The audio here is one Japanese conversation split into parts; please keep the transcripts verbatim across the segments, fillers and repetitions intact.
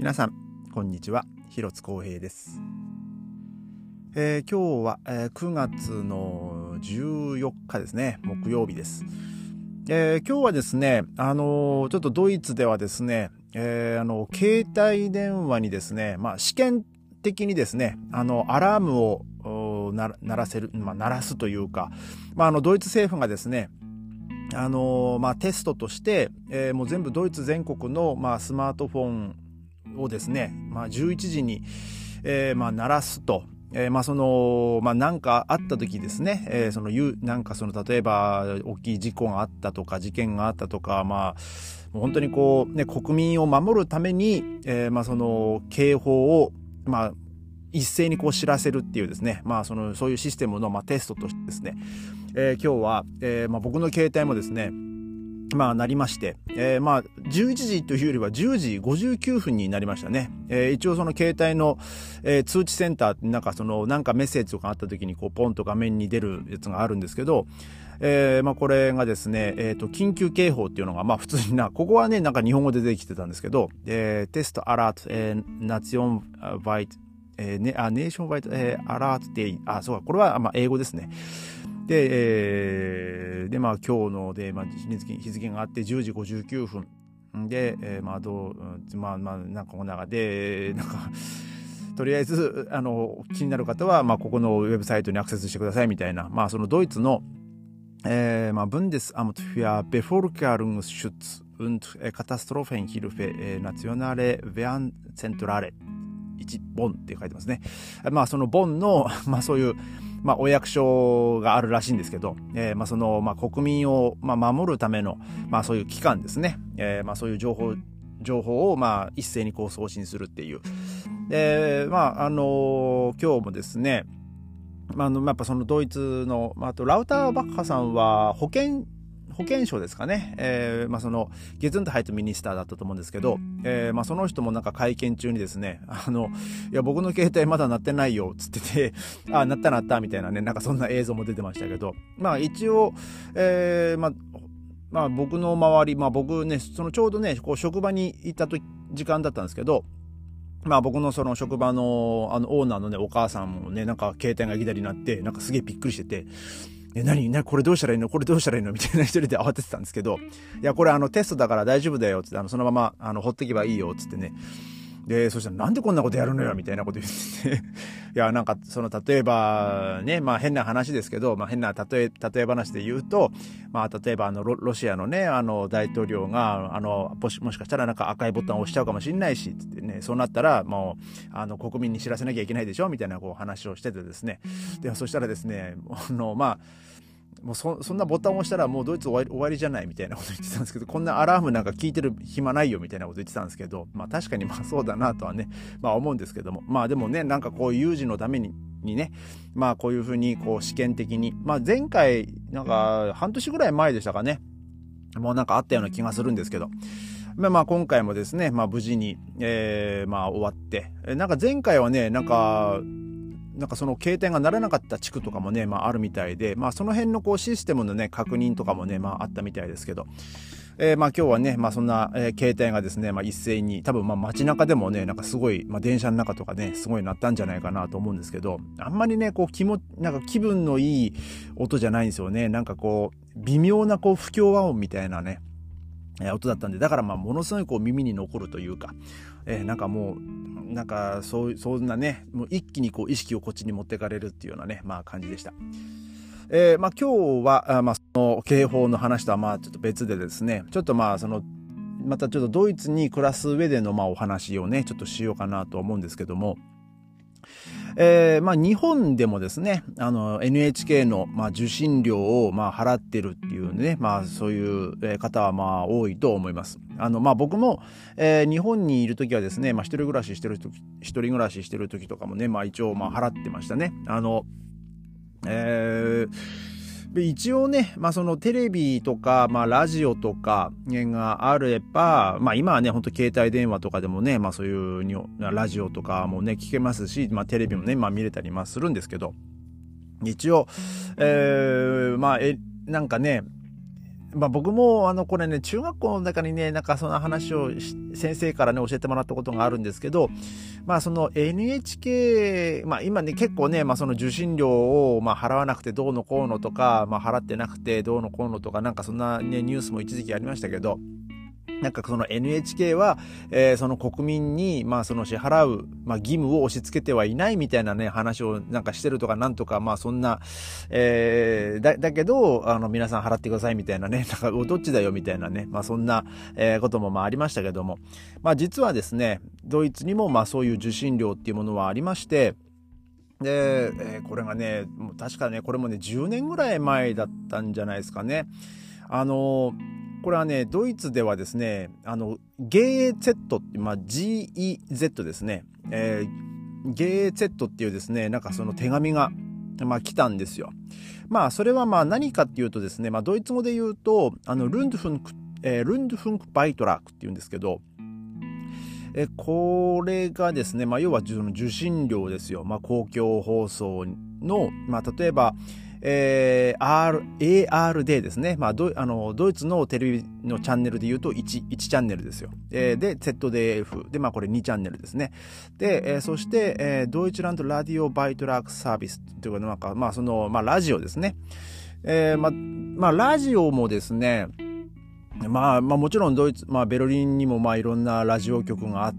皆さんこんにちは、広津光平です。えー、今日は、えー、くがつのじゅうよっかですね、木曜日です。えー、今日はですね、あのー、ちょっとドイツではですね、えー、あの携帯電話にですね、まあ、試験的にですね、あのアラームを鳴らせる、まあ、鳴らすというか、まあ、あのドイツ政府がですね、あのーまあ、テストとして、えー、もう全部ドイツ全国の、まあ、スマートフォンをですね、まあ、じゅういちじに、えーまあ、鳴らすと、えーまあそのまあ、なんかあった時ですね、えー、そのなんかその例えば大きい事故があったとか事件があったとか、まあ、もう本当にこう、ね、国民を守るために、えーまあ、その警報を、まあ、一斉にこう知らせるっていうですね、まあ、そのそういうシステムの、まあ、テストとしてですね、えー、今日は、えーまあ、僕の携帯もですね、まあなりまして、えー、まあじゅういちじというよりはじゅうじごじゅうきゅうふんになりましたね。えー、一応その携帯の、えー、通知センターってなんかそのなんかメッセージとかあった時にこうポンと画面に出るやつがあるんですけど、えー、まあこれがですね、えっと緊急警報っていうのがまあ普通にな、ここはねなんか日本語で出てきてたんですけど、えー、テストアラート、えー、ナツィオンバイト、えー、ね、あ、ネーションバイト、えー、アラートデイ、あ、そうか、これはまあ英語ですね。で、えー、で、まあ今日ので、まあ日付、日付があってじゅうじごじゅうきゅうふんで、えー、まあどう、まあまあ、なんかこの中で、なんか、とりあえず、あの、気になる方は、まあここのウェブサイトにアクセスしてくださいみたいな、まあそのドイツの、えー、まあ、Bundesamt für Bevölkerungsschutz und Katastrophenhilfe Nationale Warnzentraleいちボンって書いてますね。まあそのボンの、まあそういう、まあお役所があるらしいんですけど、えー、まあその、まあ国民を、まあ、守るための、まあそういう機関ですね。えー、まあそういう情報、情報を、まあ一斉にこう送信するっていう。で、まああのー、今日もですね、まあ、あの、やっぱそのドイツの、まあ、あとラウターバッハさんは保健、保健省ですかね。えー、まあその、ゲズントハイトミニスターだったと思うんですけど、えー、まあその人もなんか会見中にですね、あの、いや僕の携帯まだ鳴ってないよ、つってて、あ、鳴った鳴ったみたいなね、なんかそんな映像も出てましたけど、まあ一応、えー、まあ、まあ僕の周り、まあ僕ね、そのちょうどね、こう職場に行ったと時間だったんですけど、まあ僕のその職場のあのオーナーのね、お母さんもね、なんか携帯がいきなり鳴って、なんかすげえびっくりしてて、え、何何これどうしたらいいのこれどうしたらいいのみたいな一人で慌ててたんですけど、いや、これあのテストだから大丈夫だよ、つって、あの、そのまま、あの、ほっとけばいいよ、つってね。で、そしたらなんでこんなことやるのよ、みたいなこと言ってて。いや、なんか、その、例えば、ね、まあ変な話ですけど、まあ変な例え、例え話で言うと、まあ例えばあのロ、ロシアのね、あの、大統領が、あの、もし、もしかしたらなんか赤いボタンを押しちゃうかもしれないし、つってね、そうなったら、もう、あの、国民に知らせなきゃいけないでしょ、みたいなこう話をしててですね。で、そしたらですね、あの、まあ、もう そ, そんなボタンを押したらもうドイツ終わり、終わりじゃないみたいなこと言ってたんですけど、こんなアラームなんか聞いてる暇ないよみたいなこと言ってたんですけど、まあ確かにまあそうだなとはね、まあ思うんですけども、まあでもね、なんかこう有事のためににね、まあこういうふうにこう試験的に、まあ前回なんか半年ぐらい前でしたかね、もうなんかあったような気がするんですけど、まあ今回もですね、まあ無事に、えー、まあ終わって、なんか前回はね、なんか、なんかその携帯が鳴らなかった地区とかもね、まああるみたいで、まあその辺のこうシステムのね、確認とかもね、まああったみたいですけど、えー、まあ今日はね、まあそんな、えー、携帯がですね、まあ一斉に、多分まあ街中でもね、なんかすごい、まあ電車の中とかね、すごい鳴ったんじゃないかなと思うんですけど、あんまりね、こう気も、なんか気分のいい音じゃないんですよね。なんかこう、微妙なこう不協和音みたいなね、音だったんで、だからまあものすごいこう耳に残るというか、えー、なんかもうなんかそうそんなね、もう一気にこう意識をこっちに持ってかれるっていうようなね、まあ感じでした。えー、まあ今日はあまあその警報の話とはまあちょっと別でですね、ちょっとまあそのまたちょっとドイツに暮らす上でのまあお話をねちょっとしようかなと思うんですけども。えー、まあ日本でもですね、あの エヌエイチケー のまあ受信料をまあ払ってるっていうね、まあそういう方はまあ多いと思います。あのまあ僕も、えー、日本にいる時はですね、まあ一人暮らししてる時、一人暮らししてる時とかもね、まあ一応まあ払ってましたね。あの、えー一応ね、まあそのテレビとか、まあラジオとかがあれば、まあ今はね、ほんと携帯電話とかでもね、まあそういうラジオとかもね、聞けますし、まあテレビもね、まあ見れたりまあするんですけど、一応、えー、まあ、え、なんかね、 まあ僕もあのこれね中学校の中にねなんかそんな話を先生からね教えてもらったことがあるんですけど、まあその エヌエイチケー、まあ今ね結構ねまあその受信料をまあ払わなくてどうのこうのとか、まあ払ってなくてどうのこうのとかなんかそんなねニュースも一時期ありましたけど、なんかその エヌエイチケー は、えー、その国民に、まあその支払う、まあ義務を押し付けてはいないみたいなね、話をなんかしてるとかなんとか、まあそんな、えー、だ、だけど、あの皆さん払ってくださいみたいなね、なんかどっちだよみたいなね、まあそんな、えー、こともまあありましたけども、まあ実はですね、ドイツにもまあそういう受信料っていうものはありまして、で、えー、これがね、もう確かね、これもね、じゅうねんぐらい前だったんじゃないですかね。あのー、これはね、ドイツではですね、あの、ゲーエーゼット って、まあ、ジーイーゼット ですね。えー、ゲーエーゼット っていうですね、なんかその手紙が、まあ、来たんですよ。まあ、それはまあ何かっていうとですね、まあ、ドイツ語で言うと、あの、ルンドフンク、えー、ルンドフンクバイトラークっていうんですけど、えこれがですね、まあ、要は受信料ですよ。まあ、公共放送の、まあ、例えば、えー、R、エーアールディー ですね。まあ、ド、あの、ドイツのテレビのチャンネルで言うといち、いちチャンネルですよ。えー、で、ゼットディーエフ。で、まあ、これにチャンネルですね。で、えー、そして、えー、ドイツランドラディオバイトラークサービスというか、なんか、まあ、その、まあ、ラジオですね。えー、まあ、まあ、ラジオもですね、まあ、まあ、もちろんドイツ、まあ、ベルリンにも、まあ、いろんなラジオ局があって、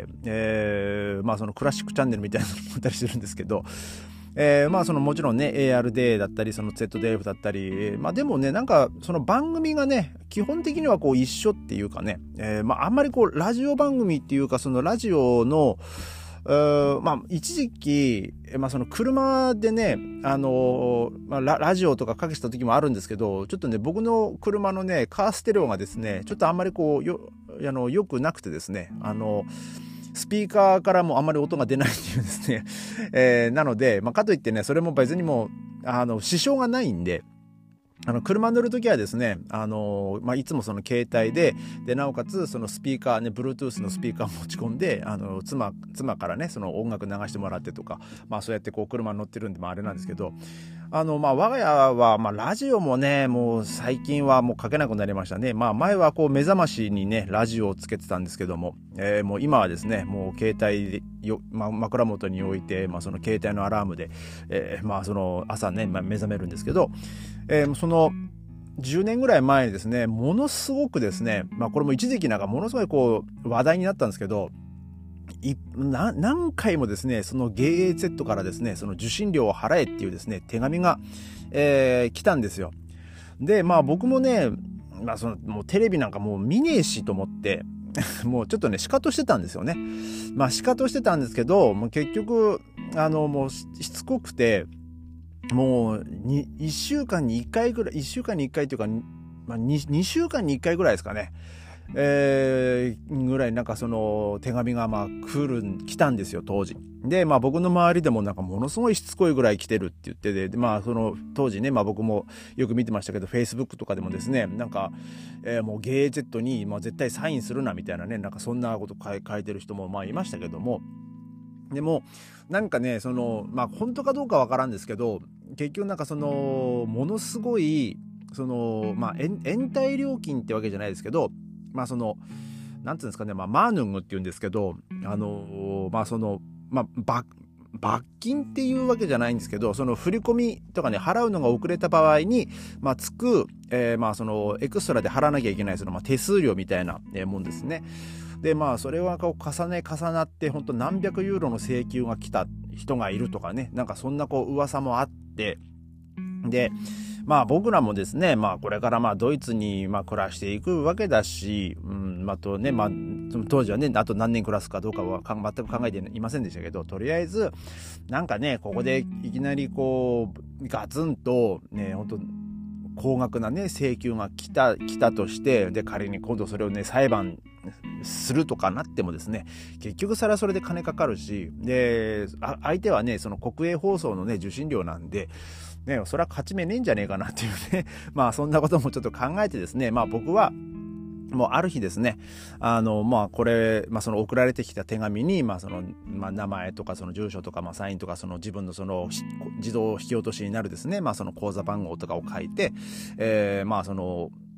えー、まあ、そのクラシックチャンネルみたいなのもあったりするんですけど、えー、まあそのもちろんね エーアールディー だったりその ゼットディーエフ だったり、まあでもねなんかその番組がね基本的にはこう一緒っていうかね、えー、まああんまりこうラジオ番組っていうかそのラジオのまあ一時期、まあ、その車でねあの、まあ、ラ, ラジオとかかけてた時もあるんですけど、ちょっとね僕の車のねカーステレオがですねちょっとあんまりこうよあのよくなくてですね、あのスピーカーからもあまり音が出ないっていうですね、えー、なので、まあ、かといってねそれも別にもあの支障がないんで、あの車乗るときはですね、あのーまあ、いつもその携帯で、で、なおかつそのスピーカーね、Bluetooth のスピーカーを持ち込んで、あの、妻、妻からね、その音楽流してもらってとか、まあそうやってこう車に乗ってるんで、まああれなんですけど、あの、まあ我が家は、まあラジオもね、もう最近はもうかけなくなりましたね。まあ前はこう目覚ましにね、ラジオをつけてたんですけども、えー、もう今はですね、もう携帯でよ、まあ、枕元に置いて、まあその携帯のアラームで、えー、まあその朝ね、まあ、目覚めるんですけど、えー、そのじゅうねんぐらい前にですね、ものすごくですね、まあこれも一時期なんかものすごいこう話題になったんですけど、いな何回もですね、その ゲーエーゼット からですね、その受信料を払えっていうですね、手紙が、えー、来たんですよ。で、まあ僕もね、まあそのもうテレビなんかもう見ねえしと思って、もうちょっとね、シカトしてたんですよね。まあシカトしてたんですけど、もう結局、あの、もうしつこくて、もうにいっしゅうかんにいっかいぐらい、いっしゅうかんにいっかいというか、まあ、に, にしゅうかんにいっかいぐらいですかね。えー、ぐらいなんかその手紙がまあ来る、来たんですよ、当時。で、まあ僕の周りでもなんかものすごいしつこいぐらい来てるって言ってて、でまあその当時ね、まあ僕もよく見てましたけど、Facebook とかでもですね、なんか、えー、もう ゲーゼット にまあ絶対サインするなみたいなね、なんかそんなこと書い、書いてる人もまあいましたけども、でもなんかね、そのまあ本当かどうかわからんですけど、結局なんかそのものすごいそのまあ延滞料金ってわけじゃないですけど、まあそのなんていうんですかね、まあマーヌングって言うんですけど、あのまあそのまあ罰罰金っていうわけじゃないんですけど、その振り込みとかね払うのが遅れた場合にまあつく、えー、まあそのエクストラで払わなきゃいけないそのまあ手数料みたいなもんですね。でまあそれはこう重ね重なって本当何百ユーロの請求が来た人がいるとかね、なんかそんなこう噂もあって、でまあ僕らもですね、まあこれからまあドイツにまあ暮らしていくわけだし、うん、あとね、まあその当時はね、あと何年暮らすかどうかは全く考えていませんでしたけど、とりあえずなんかね、ここでいきなりこうガツンとね、本当高額なね請求が来た来たとして、で仮に今度それをね裁判するとかなってもですね、結局それはそれで金かかるし、で相手はねその国営放送のね受信料なんでね、それは勝ち目ねえんじゃねえかなっていうねまあそんなこともちょっと考えてですね、まあ僕はもうある日ですね、あのまあこれ、まあ、その送られてきた手紙に、まあそのまあ、名前とかその住所とか、まあ、サインとかその自分のその自動引き落としになるですね、まあその口座番号とかを書いて、えー、まあその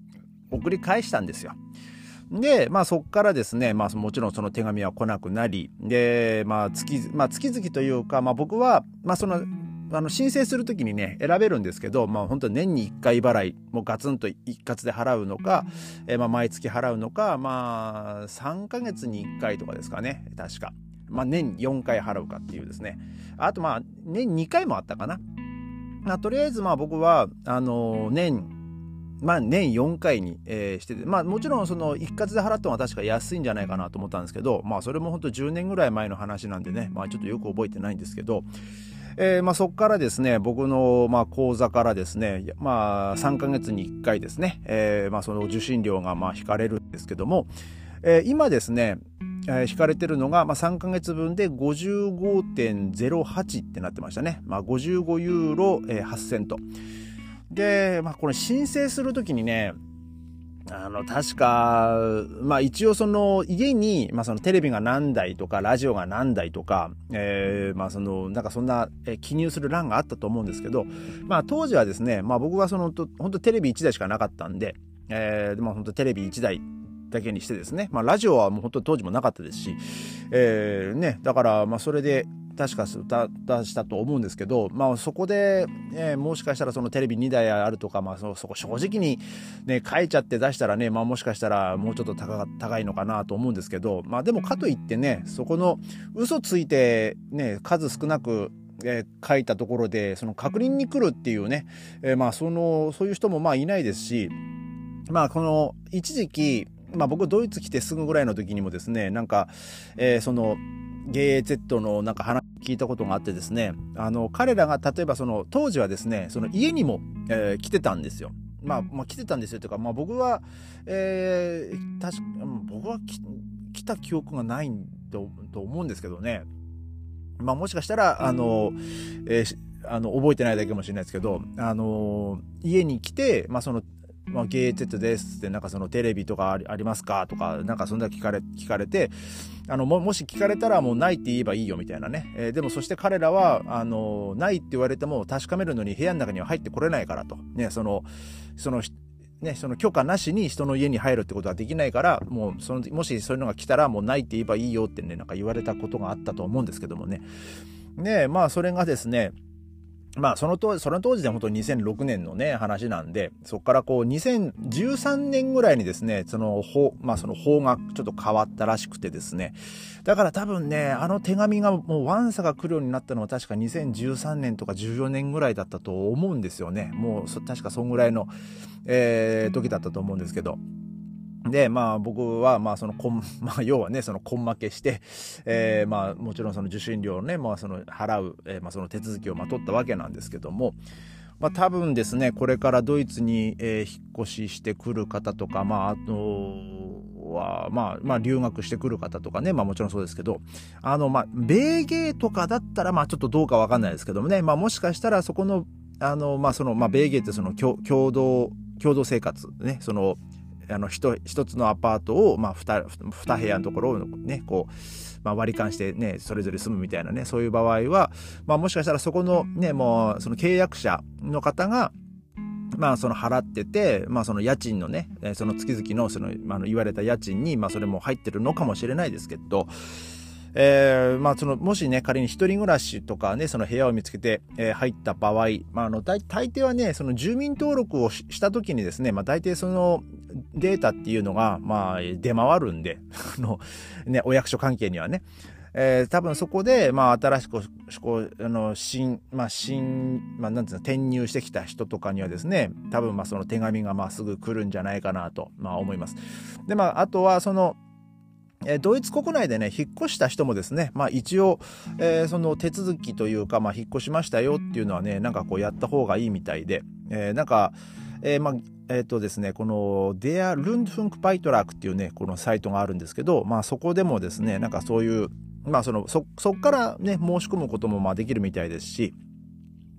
送り返したんですよ。で、まあそこからですね、まあもちろんその手紙は来なくなり、で、まあ月、まあ月々というか、まあ僕は、まあその、あの申請するときにね、選べるんですけど、まあ本当に年にいっかい払い、もうガツンと一括で払うのか、えー、まあ毎月払うのか、まあさんかげつにいっかいとかですかね、確か。まあ年よんかい払うかっていうですね。あとまあ年にかいもあったかな。まあとりあえずまあ僕は、あのー、年、まあ年よんかいに、えーしてて、まあもちろんその一括で払ったのは確か安いんじゃないかなと思ったんですけど、まあそれも本当じゅうねんぐらい前の話なんでね、まあちょっとよく覚えてないんですけど、えー、まあそこからですね、僕のまあ口座からですね、まあさんかげつにいっかいですね、えー、まあその受信料がまあ引かれるんですけども、えー、今ですね、えー、引かれてるのが、まあ、さんかげつぶんで ごじゅうごてんゼロはち ってなってましたね。まあ、ごじゅうごユーロ、えー、はちセント。で、まあ、これ申請するときにね、あの、確か、まあ一応その家に、まあそのテレビが何台とか、ラジオが何台とか、えー、まあその、なんかそんな、えー、記入する欄があったと思うんですけど、まあ当時はですね、まあ僕はその、本当テレビいちだいしかなかったんで、えー、でも本当テレビいちだいだけにしてですね、まあラジオはもう本当当時もなかったですし、えー、ね、だからまあそれで、確か出したと思うんですけど、まあそこで、えー、もしかしたらそのテレビにだいあるとか、まあそ、そこ正直にね、書いちゃって出したらね、まあもしかしたらもうちょっと高高いのかなと思うんですけど、まあでもかといってね、そこの嘘ついてね、数少なくえー、書いたところで、その確認に来るっていうね、えー、まあその、そういう人もまあいないですし、まあこの一時期、まあ僕ドイツ来てすぐぐらいの時にもですね、なんか、えー、その、ゲー Z のなんか話聞いたことがあってですね、あの彼らが例えばその当時はですね、その家にも、えー、来てたんですよ。まあ、まあ来てたんですよというか、まあ僕は、えー、確か僕は来た記憶がないと、と思うんですけどね。まあもしかしたらあの、えー、あの覚えてないだけかもしれないですけど、あの家に来て、まあそのまあ、ゲー Z ですって、なんかそのテレビとかありますかとか、なんかそんな聞かれ、聞かれて、あの、も、もし聞かれたらもうないって言えばいいよみたいなね。えー、でもそして彼らは、あの、ないって言われても確かめるのに部屋の中には入ってこれないからと。ね、その、その、ね、その許可なしに人の家に入るってことはできないから、もうその、もしそういうのが来たらもうないって言えばいいよってね、なんか言われたことがあったと思うんですけどもね。ね、まあそれがですね、まあその当時、その当時で本当ににせんろくねんのね、話なんで、そこからこうにせんじゅうさんねんぐらいにですね、その法、まあその法がちょっと変わったらしくてですね。だから多分ね、あの手紙がもうワンサが来るようになったのは確かにせんじゅうさんねんとかじゅうよねんぐらいだったと思うんですよね。もう確かそんぐらいの、えー、時だったと思うんですけど。で、まあ僕は、まあその、こん、まあ要はね、その、根負けして、えー、まあもちろんその受信料をね、まあその、払う、えー、まあその手続きをまあ取ったわけなんですけども、まあ多分ですね、これからドイツに、えー、引っ越ししてくる方とか、まああとは、まあ、まあ留学してくる方とかね、まあもちろんそうですけど、あの、まあ、米芸とかだったら、まあちょっとどうかわかんないですけどもね、まあもしかしたらそこの、あの、まあその、まあ米芸ってその共、共同、共同生活、ね、その、あの一一つのアパートを、まあ、二, 二部屋のところをねこう、まあ、割り勘してねそれぞれ住むみたいなねそういう場合は、まあ、もしかしたらそこのねもうその契約者の方がまあその払ってて、まあその家賃のねその月々のその、まあ、言われた家賃にまあそれも入ってるのかもしれないですけど。えー、まあそのもしね仮に一人暮らしとかねその部屋を見つけて、えー、入った場合、まあ、あの大大抵はねその住民登録を し, した時にですね、まあ、大抵そのデータっていうのがまあ出回るんであの、ね、お役所関係にはね、えー、多分そこでまあ新しくこうあの新まあ新まあなんていうの転入してきた人とかにはですね多分まあその手紙がまあすぐ来るんじゃないかなとまあ思います。でまああとはそのドイツ国内でね、引っ越した人もですね、まあ一応、えー、その手続きというか、まあ引っ越しましたよっていうのはね、なんかこうやった方がいいみたいで、えー、なんか、えー、まあ、えっとですね、この Der Rundfunkbeitrag っていうね、このサイトがあるんですけど、まあそこでもですね、なんかそういう、まあその、そ、そっからね、申し込むこともまあできるみたいですし、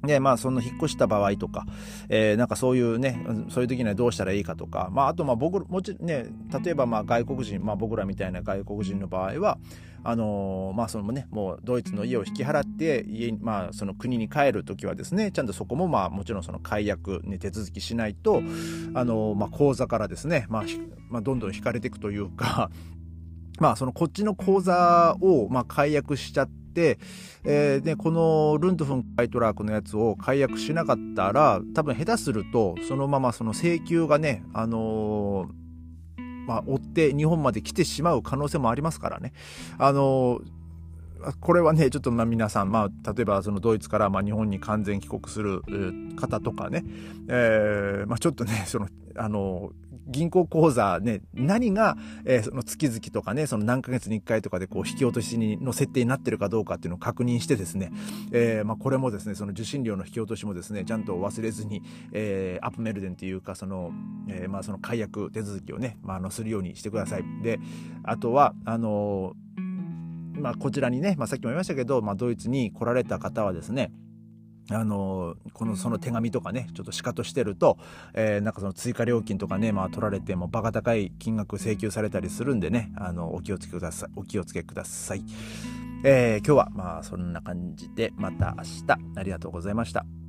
で、まあ、その引っ越した場合とか、えー、なんかそういうね、そういう時にはどうしたらいいかとか、まあ、あと、まあ、僕、もちろんね、例えば、まあ、外国人、まあ、僕らみたいな外国人の場合は、あのー、まあ、そのね、もう、ドイツの家を引き払って、家に、まあ、その国に帰る時はですね、ちゃんとそこも、まあ、もちろんその解約、ね、手続きしないと、あのー、まあ、口座からですね、まあ、まあ、どんどん引かれていくというか、まあ、そのこっちの口座を、まあ、解約しちゃって、えー、でこのルントフンカイトラークのやつを解約しなかったら、多分下手するとそのままその請求がね、あのー、まあ、追って日本まで来てしまう可能性もありますからね。あのーこれはね、ちょっとまあ皆さん、まあ、例えばそのドイツからまあ日本に完全帰国する方とかね、えーまあ、ちょっとね、その、あの、銀行口座ね、何が、えー、その月々とかね、その何ヶ月にいっかいとかでこう引き落としの設定になってるかどうかっていうのを確認してですね、えーまあ、これもですね、その受信料の引き落としもですね、ちゃんと忘れずに、えー、アップメルデンっていうか、その、えー、まあその解約手続きをね、まあ、あのするようにしてください。で、あとは、あのまあ、こちらにね、まあ、さっきも言いましたけど、まあ、ドイツに来られた方はですね、あのこのその手紙とかね、ちょっとシカトしてると、えー、なんかその追加料金とかね、まあ、取られてもバカ高い金額請求されたりするんでね、あのお気をつけください。お気をつけください。えー、今日はまあそんな感じで、また明日ありがとうございました。